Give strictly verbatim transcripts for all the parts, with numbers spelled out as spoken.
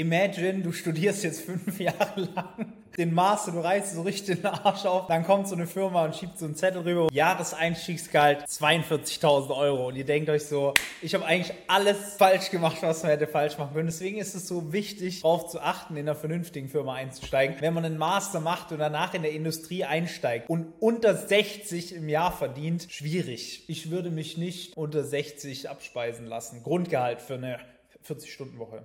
Imagine, du studierst jetzt fünf Jahre lang den Master, du reißt so richtig den Arsch auf, dann kommt so eine Firma und schiebt so einen Zettel rüber. Jahreseinstiegsgehalt zweiundvierzigtausend Euro und ihr denkt euch so, ich habe eigentlich alles falsch gemacht, was man hätte falsch machen können. Deswegen ist es so wichtig, darauf zu achten, in einer vernünftigen Firma einzusteigen. Wenn man einen Master macht und danach in der Industrie einsteigt und unter sechzig im Jahr verdient, schwierig. Ich würde mich nicht unter sechzig abspeisen lassen. Grundgehalt für eine vierzig-Stunden-Woche.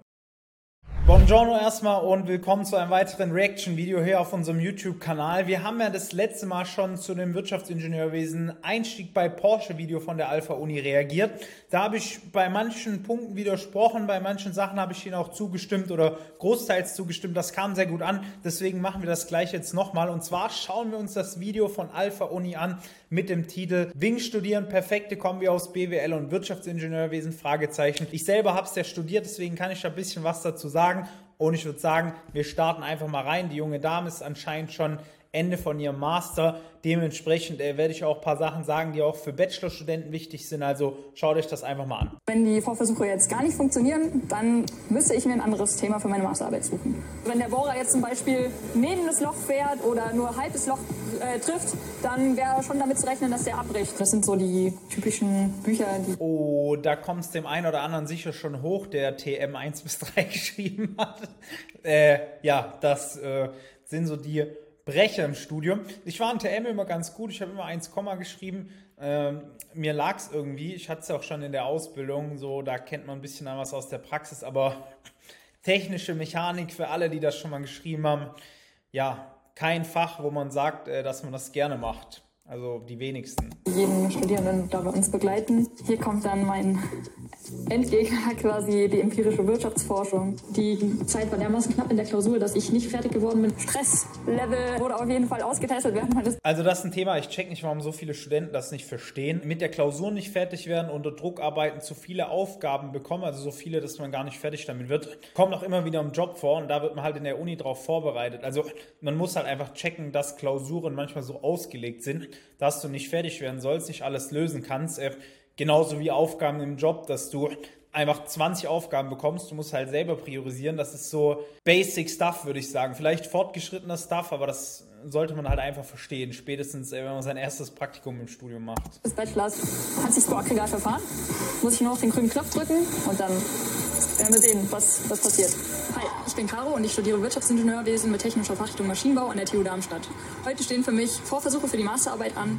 Buongiorno erstmal und willkommen zu einem weiteren Reaction-Video hier auf unserem YouTube-Kanal. Wir haben ja das letzte Mal schon zu dem Wirtschaftsingenieurwesen Einstieg bei Porsche-Video von der Alpha Uni reagiert. Da habe ich bei manchen Punkten widersprochen, bei manchen Sachen habe ich ihnen auch zugestimmt oder großteils zugestimmt. Das kam sehr gut an, deswegen machen wir das gleich jetzt nochmal. Und zwar schauen wir uns das Video von Alpha Uni an mit dem Titel Wing studieren, perfekte Kombi aus B W L und Wirtschaftsingenieurwesen, Fragezeichen. Ich selber habe es ja studiert, deswegen kann ich da ein bisschen was dazu sagen. Und ich würde sagen, wir starten einfach mal rein. Die junge Dame ist anscheinend schon Ende von ihrem Master. Dementsprechend äh, werde ich auch ein paar Sachen sagen, die auch für Bachelorstudenten wichtig sind. Also schaut euch das einfach mal an. Wenn die Vorversuche jetzt gar nicht funktionieren, dann müsste ich mir ein anderes Thema für meine Masterarbeit suchen. Wenn der Bohrer jetzt zum Beispiel neben das Loch fährt oder nur halb das Loch äh, trifft, dann wäre schon damit zu rechnen, dass der abbricht. Das sind so die typischen Bücher, die... Oh, da kommt es dem einen oder anderen sicher schon hoch, der T M eins bis drei geschrieben hat. Äh, ja, das äh, sind so die Brecher im Studium. Ich war in T M immer ganz gut, ich habe immer eins, geschrieben. Ähm, mir lag es irgendwie, ich hatte es ja auch schon in der Ausbildung, so da kennt man ein bisschen was aus der Praxis, aber technische Mechanik für alle, die das schon mal geschrieben haben, ja, kein Fach, wo man sagt, äh, dass man das gerne macht. Also die wenigsten. Jeden Studierenden da bei uns begleiten. Hier kommt dann mein Endgegner, quasi die empirische Wirtschaftsforschung. Die Zeit war dermaßen knapp in der Klausur, dass ich nicht fertig geworden bin. Stresslevel wurde auf jeden Fall ausgetestet während meines... Also das ist ein Thema, ich check nicht, warum so viele Studenten das nicht verstehen. Mit der Klausur nicht fertig werden, unter Druck arbeiten, zu viele Aufgaben bekommen, also so viele, dass man gar nicht fertig damit wird. Kommt auch immer wieder im Job vor und da wird man halt in der Uni drauf vorbereitet. Also man muss halt einfach checken, dass Klausuren manchmal so ausgelegt sind, dass du nicht fertig werden sollst, nicht alles lösen kannst. Äh, genauso wie Aufgaben im Job, dass du einfach zwanzig Aufgaben bekommst. Du musst halt selber priorisieren. Das ist so Basic Stuff, würde ich sagen. Vielleicht fortgeschrittener Stuff, aber das sollte man halt einfach verstehen. Spätestens, äh, wenn man sein erstes Praktikum im Studium macht. Das Bachelors hat sich so Aggregatverfahren. Muss ich nur auf den grünen Knopf drücken und dann werden wir sehen, was, was passiert. Hi, ich bin Caro und ich studiere Wirtschaftsingenieurwesen mit technischer Fachrichtung Maschinenbau an der T U Darmstadt. Heute stehen für mich Vorversuche für die Masterarbeit an.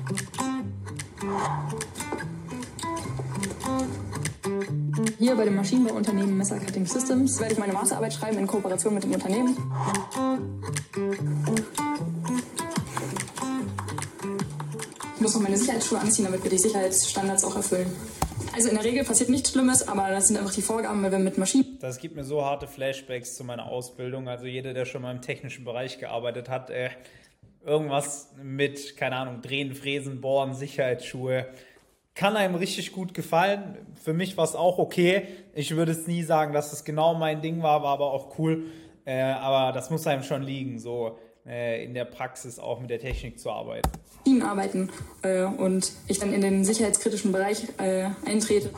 Hier bei dem Maschinenbauunternehmen Messer Cutting Systems werde ich meine Masterarbeit schreiben in Kooperation mit dem Unternehmen. Ich muss noch meine Sicherheitsschuhe anziehen, damit wir die Sicherheitsstandards auch erfüllen. Also in der Regel passiert nichts Schlimmes, aber das sind einfach die Vorgaben, weil wir mit Maschinen... Das gibt mir so harte Flashbacks zu meiner Ausbildung. Also jeder, der schon mal im technischen Bereich gearbeitet hat, äh, irgendwas mit, keine Ahnung, Drehen, Fräsen, Bohren, Sicherheitsschuhe, kann einem richtig gut gefallen. Für mich war es auch okay. Ich würde es nie sagen, dass es genau mein Ding war, war aber auch cool. Äh, aber das muss einem schon liegen, so äh, in der Praxis auch mit der Technik zu arbeiten. arbeiten äh, und ich dann in den sicherheitskritischen Bereich äh, eintrete.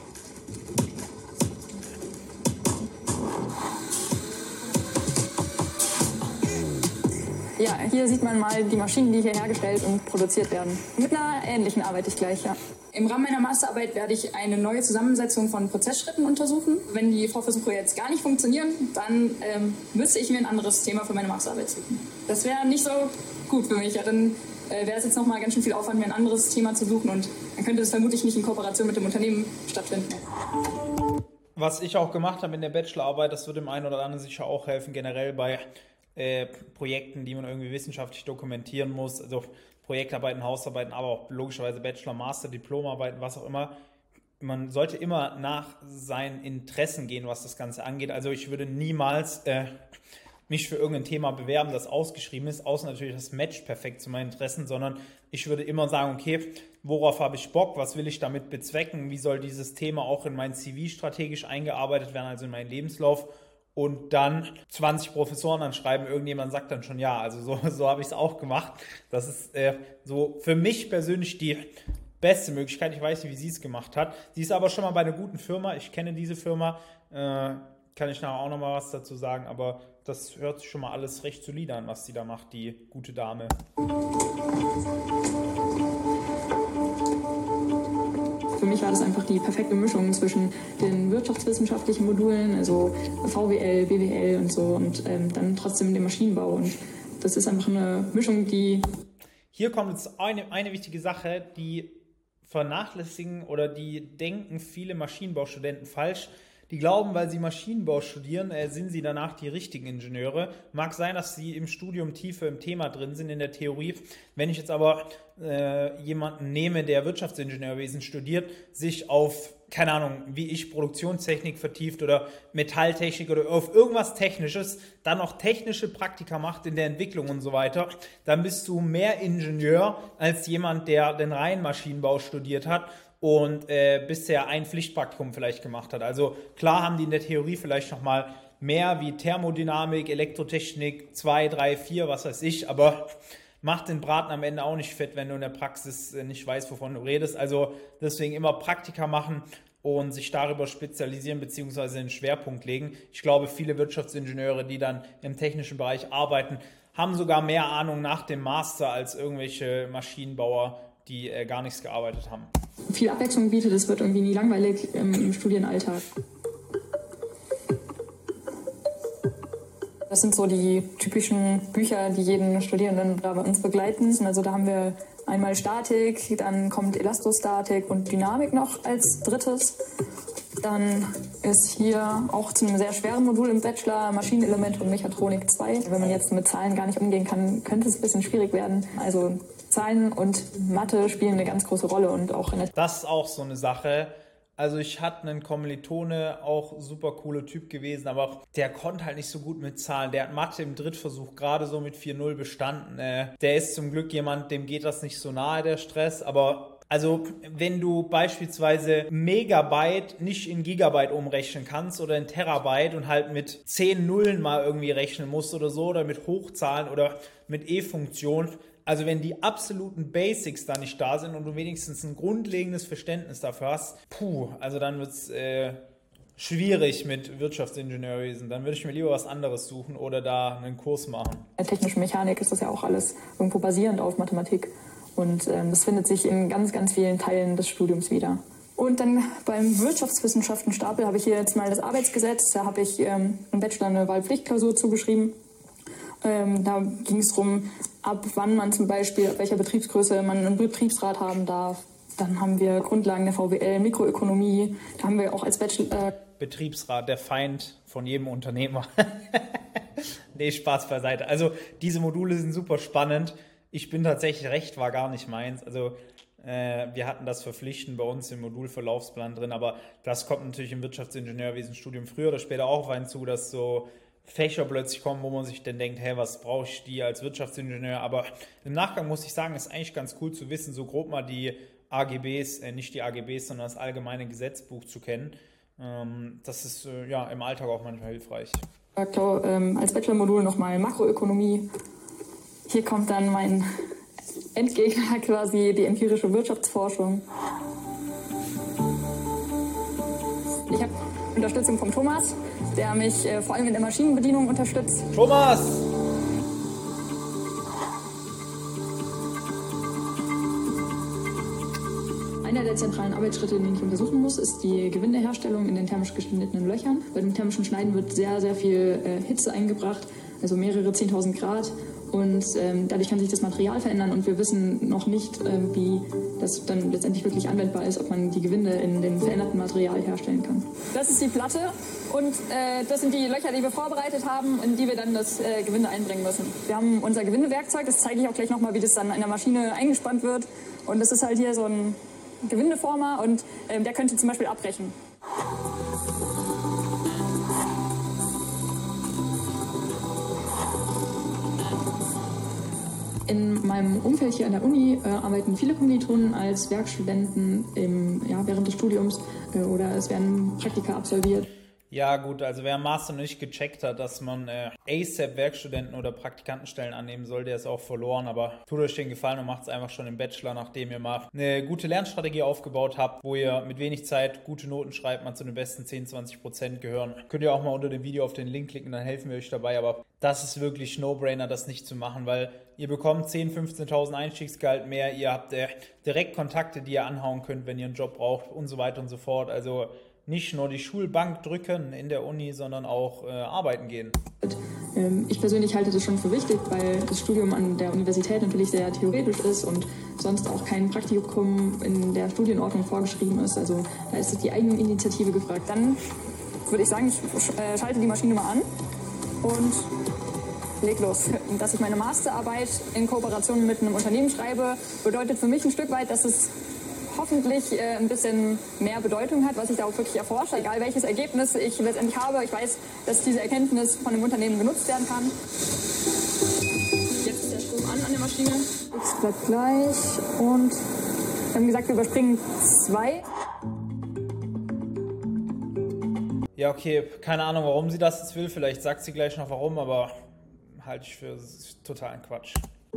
Ja, hier sieht man mal die Maschinen, die hier hergestellt und produziert werden. Mit einer ähnlichen arbeite ich gleich, ja. Im Rahmen meiner Masterarbeit werde ich eine neue Zusammensetzung von Prozessschritten untersuchen. Wenn die Vorversuche jetzt gar nicht funktionieren, dann ähm, müsste ich mir ein anderes Thema für meine Masterarbeit suchen. Das wäre nicht so gut für mich. Ja, dann äh, wäre es jetzt nochmal ganz schön viel Aufwand, mir ein anderes Thema zu suchen und dann könnte es vermutlich nicht in Kooperation mit dem Unternehmen stattfinden. Was ich auch gemacht habe in der Bachelorarbeit, das wird dem einen oder anderen sicher auch helfen, generell bei äh, Projekten, die man irgendwie wissenschaftlich dokumentieren muss, also Projektarbeiten, Hausarbeiten, aber auch logischerweise Bachelor, Master, Diplomarbeiten, was auch immer. Man sollte immer nach seinen Interessen gehen, was das Ganze angeht. Also ich würde niemals äh, mich für irgendein Thema bewerben, das ausgeschrieben ist, außer natürlich das matcht perfekt zu meinen Interessen, sondern ich würde immer sagen, okay, worauf habe ich Bock, was will ich damit bezwecken, wie soll dieses Thema auch in mein C V strategisch eingearbeitet werden, also in meinen Lebenslauf, und dann zwanzig Professoren anschreiben, irgendjemand sagt dann schon ja, also so, so habe ich es auch gemacht. Das ist äh, so für mich persönlich die beste Möglichkeit. Ich weiß nicht, wie sie es gemacht hat. Sie ist aber schon mal bei einer guten Firma, ich kenne diese Firma, äh, kann ich nachher auch nochmal was dazu sagen, aber das hört sich schon mal alles recht solide an, was sie da macht, die gute Dame. Für mich war das einfach die perfekte Mischung zwischen den wirtschaftswissenschaftlichen Modulen, also V W L, B W L und so, und ähm, dann trotzdem den Maschinenbau. Und das ist einfach eine Mischung, die... Hier kommt jetzt eine, eine wichtige Sache, die vernachlässigen oder die denken viele Maschinenbaustudenten falsch. Die glauben, weil sie Maschinenbau studieren, äh, sind sie danach die richtigen Ingenieure. Mag sein, dass sie im Studium tiefer im Thema drin sind, in der Theorie. Wenn ich jetzt aber äh, jemanden nehme, der Wirtschaftsingenieurwesen studiert, sich auf, keine Ahnung, wie ich, Produktionstechnik vertieft oder Metalltechnik oder auf irgendwas Technisches, dann noch technische Praktika macht in der Entwicklung und so weiter, dann bist du mehr Ingenieur als jemand, der den reinen Maschinenbau studiert hat und äh, bisher ein Pflichtpraktikum vielleicht gemacht hat. Also klar haben die in der Theorie vielleicht nochmal mehr wie Thermodynamik, Elektrotechnik, zwei, drei, vier, was weiß ich, aber macht den Braten am Ende auch nicht fett, wenn du in der Praxis äh, nicht weißt, wovon du redest. Also deswegen immer Praktika machen und sich darüber spezialisieren bzw. einen Schwerpunkt legen. Ich glaube, viele Wirtschaftsingenieure, die dann im technischen Bereich arbeiten, haben sogar mehr Ahnung nach dem Master als irgendwelche Maschinenbauer, die äh, gar nichts gearbeitet haben. Viel Abwechslung bietet, es wird irgendwie nie langweilig im, im Studienalltag. Das sind so die typischen Bücher, die jeden Studierenden da bei uns begleiten. Also da haben wir einmal Statik, dann kommt Elastostatik und Dynamik noch als drittes. Dann ist hier auch zu einem sehr schweren Modul im Bachelor Maschinenelemente und Mechatronik zwei. Wenn man jetzt mit Zahlen gar nicht umgehen kann, könnte es ein bisschen schwierig werden. Also Zahlen und Mathe spielen eine ganz große Rolle und auch in der... Das ist auch so eine Sache. Also ich hatte einen Kommilitone, auch super cooler Typ gewesen, aber auch der konnte halt nicht so gut mit Zahlen. Der hat Mathe im Drittversuch gerade so mit vier null bestanden. Äh, der ist zum Glück jemand, dem geht das nicht so nahe, der Stress, aber... Also wenn du beispielsweise Megabyte nicht in Gigabyte umrechnen kannst oder in Terabyte und halt mit zehn Nullen mal irgendwie rechnen musst oder so oder mit Hochzahlen oder mit E-Funktionen, also wenn die absoluten Basics da nicht da sind und du wenigstens ein grundlegendes Verständnis dafür hast, puh, also dann wird es äh, schwierig mit Wirtschaftsingenieurwesen. Dann würde ich mir lieber was anderes suchen oder da einen Kurs machen. In der technischen Mechanik ist das ja auch alles irgendwo basierend auf Mathematik. Und ähm, das findet sich in ganz, ganz vielen Teilen des Studiums wieder. Und dann beim Wirtschaftswissenschaften-Stapel habe ich hier jetzt mal das Arbeitsgesetz. Da habe ich ähm, im Bachelor eine Wahlpflichtklausur zugeschrieben. Ähm, da ging es darum, ab wann man zum Beispiel, ab welcher Betriebsgröße man einen Betriebsrat haben darf. Dann haben wir Grundlagen der V W L, Mikroökonomie. Da haben wir auch als Bachelor... Äh Betriebsrat, der Feind von jedem Unternehmer. Nee, Spaß beiseite. Also diese Module sind super spannend. Ich bin tatsächlich, Recht war gar nicht meins. Also äh, wir hatten das verpflichtend bei uns im Modulverlaufsplan drin, aber das kommt natürlich im Wirtschaftsingenieurwesenstudium früher oder später auch hinzu, dass so Fächer plötzlich kommen, wo man sich dann denkt, hey, was brauche ich die als Wirtschaftsingenieur? Aber im Nachgang muss ich sagen, ist eigentlich ganz cool zu wissen, so grob mal die A G Bs, äh, nicht die A G Bs, sondern das allgemeine Gesetzbuch zu kennen. Ähm, das ist äh, ja im Alltag auch manchmal hilfreich. Ähm, als Bachelormodul nochmal Makroökonomie. Hier kommt dann mein Endgegner quasi, die empirische Wirtschaftsforschung. Ich habe Unterstützung vom Thomas, der mich äh, vor allem in der Maschinenbedienung unterstützt. Thomas! Einer der zentralen Arbeitsschritte, den ich untersuchen muss, ist die Gewindeherstellung in den thermisch geschnittenen Löchern. Bei dem thermischen Schneiden wird sehr, sehr viel äh, Hitze eingebracht, also mehrere zehntausend Grad. Und ähm, dadurch kann sich das Material verändern und wir wissen noch nicht, äh, wie das dann letztendlich wirklich anwendbar ist, ob man die Gewinde in dem veränderten Material herstellen kann. Das ist die Platte und äh, das sind die Löcher, die wir vorbereitet haben, in die wir dann das äh, Gewinde einbringen müssen. Wir haben unser Gewindewerkzeug, das zeige ich auch gleich nochmal, wie das dann in der Maschine eingespannt wird. Und das ist halt hier so ein Gewindeformer und äh, der könnte zum Beispiel abbrechen. In meinem Umfeld hier an der Uni äh, arbeiten viele Kommilitonen als Werkstudenten im, ja, während des Studiums äh, oder es werden Praktika absolviert. Ja gut, also wer am Master noch nicht gecheckt hat, dass man äh, ASAP Werkstudenten oder Praktikantenstellen annehmen soll, der ist auch verloren, aber tut euch den Gefallen und macht es einfach schon im Bachelor, nachdem ihr mal eine gute Lernstrategie aufgebaut habt, wo ihr mit wenig Zeit gute Noten schreibt, mal zu den besten zehn, zwanzig Prozent gehören. Könnt ihr auch mal unter dem Video auf den Link klicken, dann helfen wir euch dabei, aber das ist wirklich No-Brainer, das nicht zu machen, weil ihr bekommt zehntausend, fünfzehntausend Einstiegsgehalt mehr, ihr habt äh, direkt Kontakte, die ihr anhauen könnt, wenn ihr einen Job braucht und so weiter und so fort, also nicht nur die Schulbank drücken in der Uni, sondern auch äh, arbeiten gehen. Ich persönlich halte das schon für wichtig, weil das Studium an der Universität natürlich sehr theoretisch ist und sonst auch kein Praktikum in der Studienordnung vorgeschrieben ist. Also da ist die Eigeninitiative gefragt. Dann würde ich sagen, ich schalte die Maschine mal an und leg los. Dass ich meine Masterarbeit in Kooperation mit einem Unternehmen schreibe, bedeutet für mich ein Stück weit, dass es hoffentlich äh, ein bisschen mehr Bedeutung hat, was ich da auch wirklich erforsche. Egal welches Ergebnis ich letztendlich habe, ich weiß, dass diese Erkenntnis von dem Unternehmen genutzt werden kann. Jetzt ist der Strom an an der Maschine. X bleibt gleich und wir haben gesagt, wir überspringen zwei. Ja, okay, keine Ahnung, warum sie das jetzt will. Vielleicht sagt sie gleich noch warum, aber halte ich für totalen Quatsch.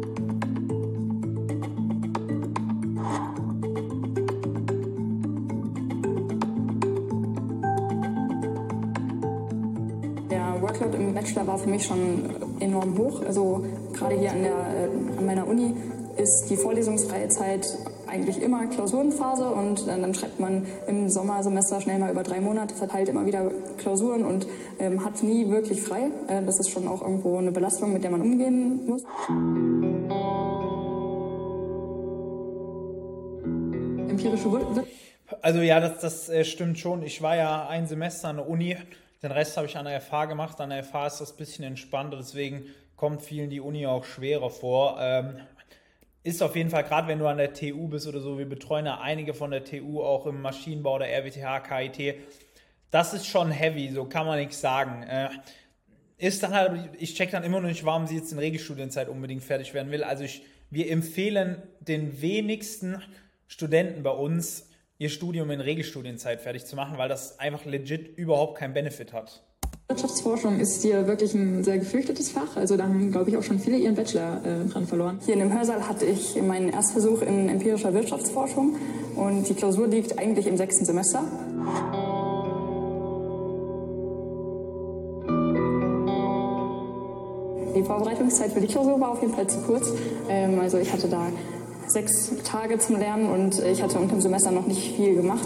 Workload im Bachelor war für mich schon enorm hoch. Also gerade hier an, der, an meiner Uni ist die vorlesungsfreie Zeit eigentlich immer Klausurenphase und dann schreibt man im Sommersemester schnell mal über drei Monate, verteilt immer wieder Klausuren und ähm, hat nie wirklich frei. Äh, das ist schon auch irgendwo eine Belastung, mit der man umgehen muss. Empirische Wirtschaft. Also ja, das, das äh, stimmt schon. Ich war ja ein Semester an der Uni. Den Rest habe ich an der F H gemacht. An der F H ist das ein bisschen entspannter, deswegen kommt vielen die Uni auch schwerer vor. Ähm, ist auf jeden Fall, gerade wenn du an der T U bist oder so, wir betreuen ja einige von der T U auch im Maschinenbau, der R W T H, K I T. Das ist schon heavy, so kann man nichts sagen. Äh, ist dann halt, ich check dann immer noch nicht, warum sie jetzt in Regelstudienzeit unbedingt fertig werden will. Also ich, wir empfehlen den wenigsten Studenten bei uns, ihr Studium in Regelstudienzeit fertig zu machen, weil das einfach legit überhaupt keinen Benefit hat. Wirtschaftsforschung ist hier wirklich ein sehr gefürchtetes Fach. Also da haben, glaube ich, auch schon viele ihren Bachelor äh, dran verloren. Hier in dem Hörsaal hatte ich meinen Erstversuch in empirischer Wirtschaftsforschung und die Klausur liegt eigentlich im sechsten Semester. Die Vorbereitungszeit für die Klausur war auf jeden Fall zu kurz. Ähm, also ich hatte da sechs Tage zum Lernen und ich hatte unter dem Semester noch nicht viel gemacht.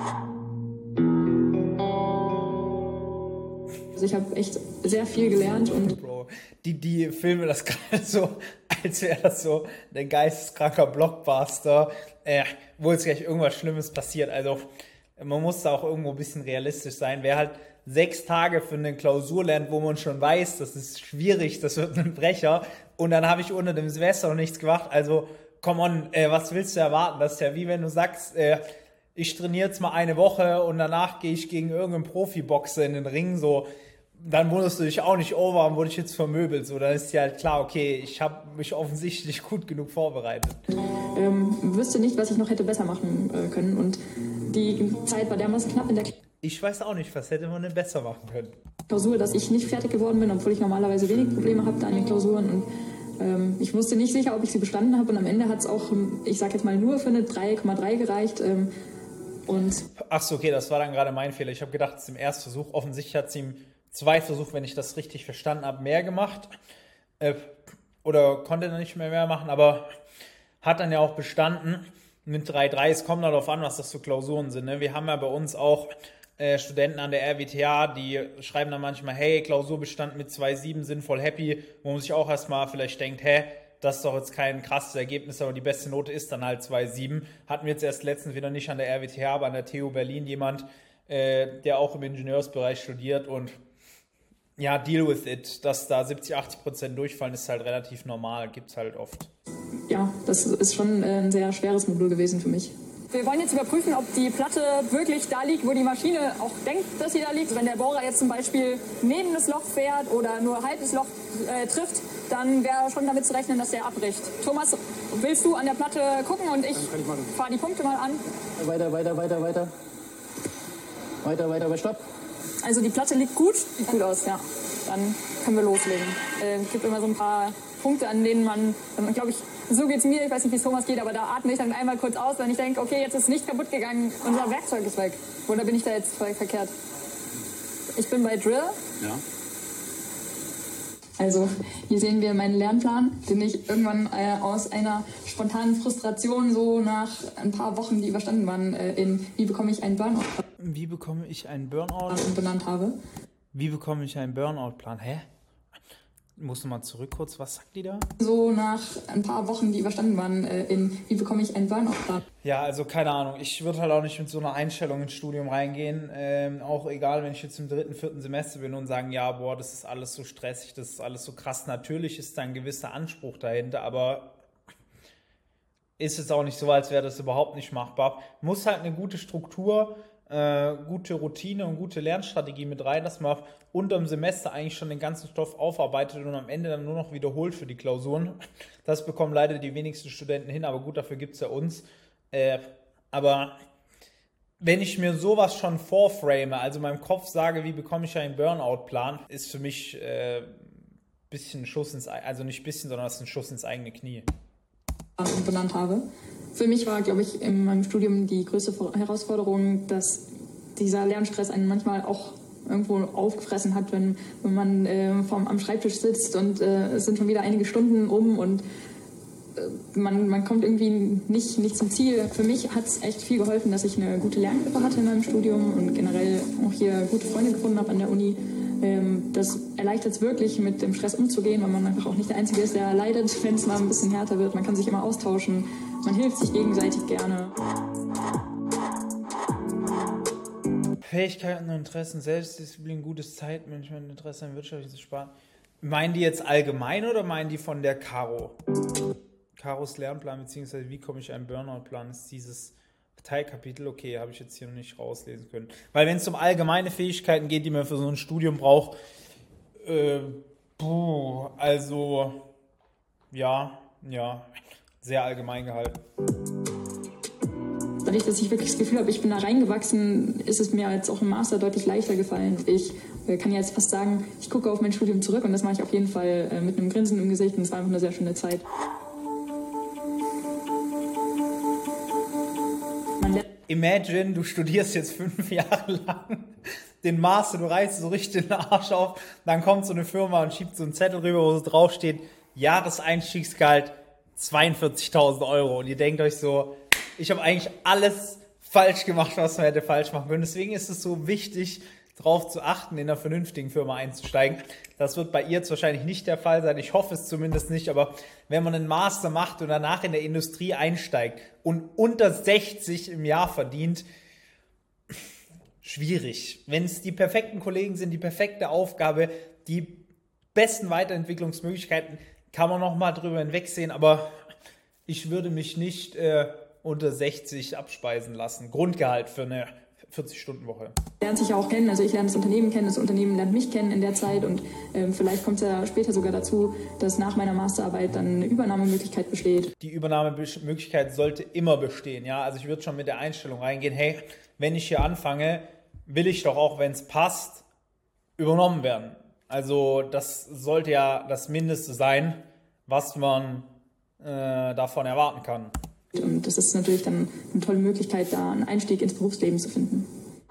Also ich habe echt sehr viel gelernt und Bro, die, die filmen das gerade so, als wäre das so ein geisteskranker Blockbuster, äh, wo jetzt gleich irgendwas Schlimmes passiert. Also man muss da auch irgendwo ein bisschen realistisch sein. Wer halt sechs Tage für eine Klausur lernt, wo man schon weiß, das ist schwierig, das wird ein Brecher und dann habe ich unter dem Semester noch nichts gemacht, also come on, äh, was willst du erwarten? Das ist ja wie wenn du sagst, äh, ich trainiere jetzt mal eine Woche und danach gehe ich gegen irgendeinen Profiboxer in den Ring, so, dann wunderst du dich auch nicht, oh, warum wurde ich jetzt vermöbelt? So, dann ist dir halt klar, okay, ich habe mich offensichtlich gut genug vorbereitet. Ähm, wüsste nicht, was ich noch hätte besser machen äh, können und die Zeit war dermaßen knapp in der Ich weiß auch nicht, was hätte man denn besser machen können. Klausur, dass ich nicht fertig geworden bin, obwohl ich normalerweise wenig Probleme habe da an den Klausuren und ähm, ich wusste nicht sicher, ob ich sie bestanden habe und am Ende hat es auch, ich sag jetzt mal, nur für eine drei Komma drei gereicht. Ähm, und Ach so, okay, das war dann gerade mein Fehler. Ich habe gedacht, es ist im Erstversuch. Offensichtlich hat sie im Zweitversuch, wenn ich das richtig verstanden habe, mehr gemacht. Äh, oder konnte dann nicht mehr mehr machen, aber hat dann ja auch bestanden mit drei Komma drei. Es kommt darauf an, was das für Klausuren sind. Ne? Wir haben ja bei uns auch äh, Studenten an der R W T H, die schreiben dann manchmal, hey, Klausurbestand mit zwei Komma sieben, sind voll happy, wo man sich auch erstmal vielleicht denkt, hä, das ist doch jetzt kein krasses Ergebnis, aber die beste Note ist dann halt zwei Komma sieben. Hatten wir jetzt erst letztens wieder nicht an der R W T H, aber an der T U Berlin jemand, äh, der auch im Ingenieursbereich studiert und ja, deal with it. Dass da siebzig, achtzig Prozent durchfallen, ist halt relativ normal, gibt's halt oft. Ja, das ist schon ein sehr schweres Modul gewesen für mich. Wir wollen jetzt überprüfen, ob die Platte wirklich da liegt, wo die Maschine auch denkt, dass sie da liegt. Wenn der Bohrer jetzt zum Beispiel neben das Loch fährt oder nur halb das Loch äh, trifft, dann wäre schon damit zu rechnen, dass der abbricht. Thomas, willst du an der Platte gucken und ich, ich fahre die Punkte mal an? Weiter, weiter, weiter, weiter. Weiter, weiter, weiter, stopp. Also die Platte liegt gut, sieht gut aus, ja. Dann können wir loslegen. Es äh, gibt immer so ein paar Punkte, an denen man, glaube ich, so geht's mir, ich weiß nicht, wie es Thomas geht, aber da atme ich dann einmal kurz aus, wenn ich denke, okay, jetzt ist nicht kaputt gegangen, unser Werkzeug ist weg. Oder bin ich da jetzt ver- verkehrt? Ich bin bei Drill. Ja. Also hier sehen wir meinen Lernplan, den ich irgendwann äh, aus einer spontanen Frustration so nach ein paar Wochen, die überstanden waren, äh, in Wie bekomme ich einen Burnout Wie bekomme ich einen Burnout? benannt habe. Wie bekomme ich einen Burnout-Plan? Hä? Musst du mal zurück kurz, was sagt die da? So nach ein paar Wochen, die überstanden waren, äh, in Wie bekomme ich einen Burnout-Plan. Ja, also keine Ahnung. Ich würde halt auch nicht mit so einer Einstellung ins Studium reingehen. Ähm, auch egal, wenn ich jetzt im dritten, vierten Semester bin und sagen, ja, boah, das ist alles so stressig, das ist alles so krass. Natürlich ist da ein gewisser Anspruch dahinter, aber ist es auch nicht so, als wäre das überhaupt nicht machbar. Muss halt eine gute Struktur, äh, gute Routine und gute Lernstrategie mit rein, dass man unterm Semester eigentlich schon den ganzen Stoff aufarbeitet und am Ende dann nur noch wiederholt für die Klausuren. Das bekommen leider die wenigsten Studenten hin, aber gut, dafür gibt es ja uns. Äh, aber wenn ich mir sowas schon vorframe, also in meinem Kopf sage, wie bekomme ich einen Burnout-Plan, ist für mich äh, ein bisschen Schuss ins, also nicht ein bisschen, sondern es ist ein Schuss ins eigene Knie. Benannt habe. Für mich war, glaube ich, in meinem Studium die größte Herausforderung, dass dieser Lernstress einen manchmal auch irgendwo aufgefressen hat, wenn, wenn man äh, vorm, am Schreibtisch sitzt und äh, es sind schon wieder einige Stunden um und äh, man, man kommt irgendwie nicht, nicht zum Ziel. Für mich hat es echt viel geholfen, dass ich eine gute Lerngruppe hatte in meinem Studium und generell auch hier gute Freunde gefunden habe an der Uni. Ähm, das erleichtert es wirklich, mit dem Stress umzugehen, weil man einfach auch nicht der Einzige ist, der leidet, wenn es mal ein bisschen härter wird. Man kann sich immer austauschen, man hilft sich gegenseitig gerne. Fähigkeiten und Interessen, Selbstdisziplin, gutes Zeitmanagement, Interesse an wirtschaftliches Sparen. Meinen die jetzt allgemein oder meinen die von der Caro? Caros Lernplan, beziehungsweise wie komme ich einen Burnout-Plan, ist dieses Teilkapitel. Okay, habe ich jetzt hier noch nicht rauslesen können. Weil wenn es um allgemeine Fähigkeiten geht, die man für so ein Studium braucht, äh, puh, also ja, ja, sehr allgemein gehalten. Dadurch, dass ich wirklich das Gefühl habe, ich bin da reingewachsen, ist es mir jetzt auch im Master deutlich leichter gefallen. Ich kann ja jetzt fast sagen, ich gucke auf mein Studium zurück und das mache ich auf jeden Fall mit einem Grinsen im Gesicht und es war einfach eine sehr schöne Zeit. Imagine, du studierst jetzt fünf Jahre lang den Master, du reißt so richtig den Arsch auf, dann kommt so eine Firma und schiebt so einen Zettel rüber, wo so draufsteht, Jahreseinstiegsgehalt zweiundvierzigtausend Euro und ihr denkt euch so, ich habe eigentlich alles falsch gemacht, was man hätte falsch machen können. Deswegen ist es so wichtig, darauf zu achten, in einer vernünftigen Firma einzusteigen. Das wird bei ihr jetzt wahrscheinlich nicht der Fall sein. Ich hoffe es zumindest nicht. Aber wenn man einen Master macht und danach in der Industrie einsteigt und unter sechzig im Jahr verdient, schwierig. Wenn es die perfekten Kollegen sind, die perfekte Aufgabe, die besten Weiterentwicklungsmöglichkeiten, kann man noch mal drüber hinwegsehen. Aber ich würde mich nicht äh, unter sechzig abspeisen lassen. Grundgehalt für eine vierzig-Stunden-Woche. Lernt sich ja auch kennen, also ich lerne das Unternehmen kennen, das Unternehmen lernt mich kennen in der Zeit und ähm, vielleicht kommt es ja später sogar dazu, dass nach meiner Masterarbeit dann eine Übernahmemöglichkeit besteht. Die Übernahmemöglichkeit sollte immer bestehen, ja, also ich würde schon mit der Einstellung reingehen, hey, wenn ich hier anfange, will ich doch auch, wenn es passt, übernommen werden. Also das sollte ja das Mindeste sein, was man äh, davon erwarten kann. Und das ist natürlich dann eine tolle Möglichkeit, da einen Einstieg ins Berufsleben zu finden.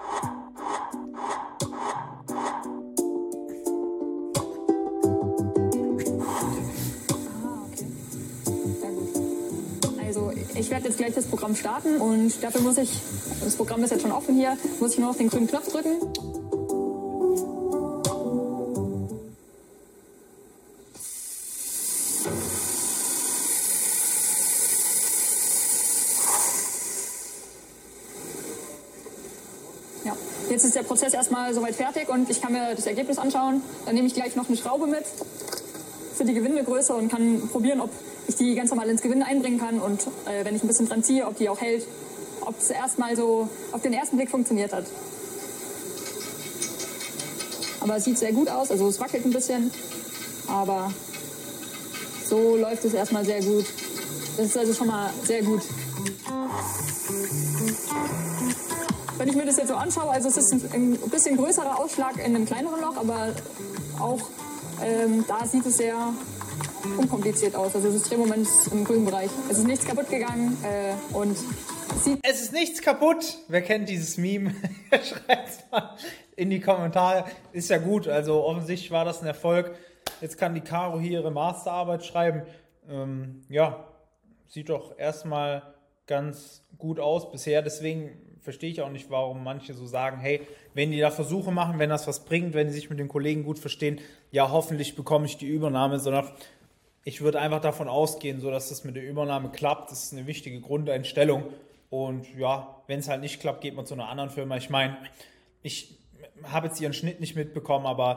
Also ich werde jetzt gleich das Programm starten und dafür muss ich, das Programm ist jetzt schon offen hier, muss ich nur auf den grünen Knopf drücken. Jetzt ist der Prozess erstmal soweit fertig und ich kann mir das Ergebnis anschauen. Dann nehme ich gleich noch eine Schraube mit für die Gewindegröße und kann probieren, ob ich die ganz normal ins Gewinde einbringen kann und äh, wenn ich ein bisschen dran ziehe, ob die auch hält, ob es erstmal so auf den ersten Blick funktioniert hat. Aber es sieht sehr gut aus, also es wackelt ein bisschen, aber so läuft es erstmal sehr gut. Das ist also schon mal sehr gut. Wenn ich mir das jetzt so anschaue, also es ist ein, ein bisschen größerer Ausschlag in einem kleineren Loch, aber auch ähm, da sieht es sehr unkompliziert aus. Also das Drehmoment ist im grünen Bereich. Es ist nichts kaputt gegangen äh, und sieht... Es ist nichts kaputt. Wer kennt dieses Meme? Schreibt mal in die Kommentare. Ist ja gut, also offensichtlich war das ein Erfolg. Jetzt kann die Caro hier ihre Masterarbeit schreiben. Ähm, ja, sieht doch erstmal ganz gut aus bisher. Deswegen verstehe ich auch nicht, warum manche so sagen, hey, wenn die da Versuche machen, wenn das was bringt, wenn die sich mit den Kollegen gut verstehen, ja, hoffentlich bekomme ich die Übernahme, sondern ich würde einfach davon ausgehen, so dass das mit der Übernahme klappt. Das ist eine wichtige Grundeinstellung. Und ja, wenn es halt nicht klappt, geht man zu einer anderen Firma. Ich meine, ich habe jetzt ihren Schnitt nicht mitbekommen, aber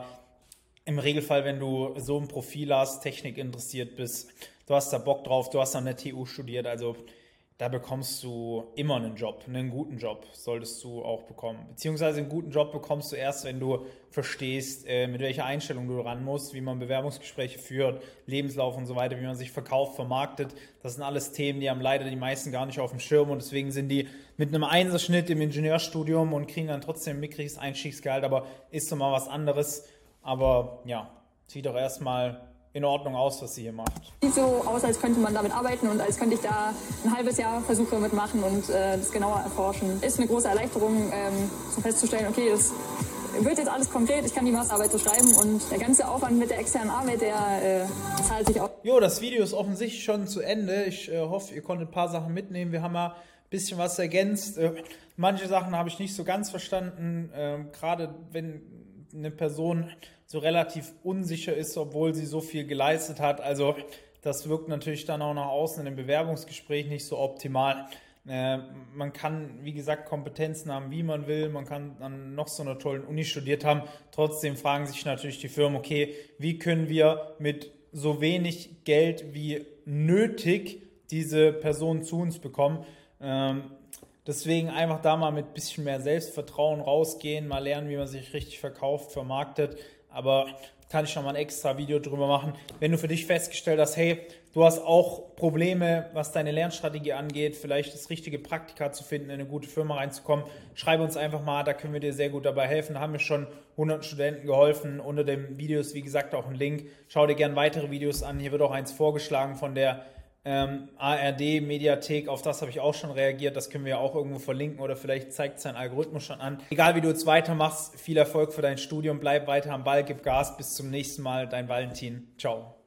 im Regelfall, wenn du so ein Profil hast, Technik interessiert bist, du hast da Bock drauf, du hast an der T U studiert, also da bekommst du immer einen Job, einen guten Job solltest du auch bekommen. Beziehungsweise einen guten Job bekommst du erst, wenn du verstehst, mit welcher Einstellung du ran musst, wie man Bewerbungsgespräche führt, Lebenslauf und so weiter, wie man sich verkauft, vermarktet. Das sind alles Themen, die haben leider die meisten gar nicht auf dem Schirm und deswegen sind die mit einem Einserschnitt im Ingenieurstudium und kriegen dann trotzdem ein mickriges Einstiegsgehalt, aber ist so mal was anderes. Aber ja, sieht doch erstmal in Ordnung aus, was sie hier macht. Sieht so aus, als könnte man damit arbeiten und als könnte ich da ein halbes Jahr Versuche mitmachen und äh, das genauer erforschen. Ist eine große Erleichterung, ähm, so festzustellen, okay, das wird jetzt alles konkret, ich kann die Masterarbeit so schreiben und der ganze Aufwand mit der externen Arbeit, der äh, zahlt sich auch. Jo, das Video ist offensichtlich schon zu Ende. Ich äh, hoffe, ihr konntet ein paar Sachen mitnehmen. Wir haben ja ein bisschen was ergänzt. Äh, manche Sachen habe ich nicht so ganz verstanden, äh, gerade wenn eine Person so relativ unsicher ist, obwohl sie so viel geleistet hat. Also das wirkt natürlich dann auch nach außen in dem Bewerbungsgespräch nicht so optimal. Äh, man kann, wie gesagt, Kompetenzen haben, wie man will. Man kann an noch so einer tollen Uni studiert haben. Trotzdem fragen sich natürlich die Firmen, okay, wie können wir mit so wenig Geld wie nötig diese Person zu uns bekommen? Ähm, Deswegen einfach da mal mit ein bisschen mehr Selbstvertrauen rausgehen, mal lernen, wie man sich richtig verkauft, vermarktet. Aber kann ich nochmal ein extra Video drüber machen. Wenn du für dich festgestellt hast, hey, du hast auch Probleme, was deine Lernstrategie angeht, vielleicht das richtige Praktika zu finden, in eine gute Firma reinzukommen, schreib uns einfach mal, da können wir dir sehr gut dabei helfen. Da haben wir schon hundert Studenten geholfen. Unter dem Video ist, wie gesagt, auch ein Link. Schau dir gerne weitere Videos an. Hier wird auch eins vorgeschlagen von der Ähm, A R D-Mediathek, auf das habe ich auch schon reagiert, das können wir ja auch irgendwo verlinken oder vielleicht zeigt sein Algorithmus schon an. Egal wie du jetzt weitermachst, viel Erfolg für dein Studium, bleib weiter am Ball, gib Gas, bis zum nächsten Mal, dein Valentin, ciao.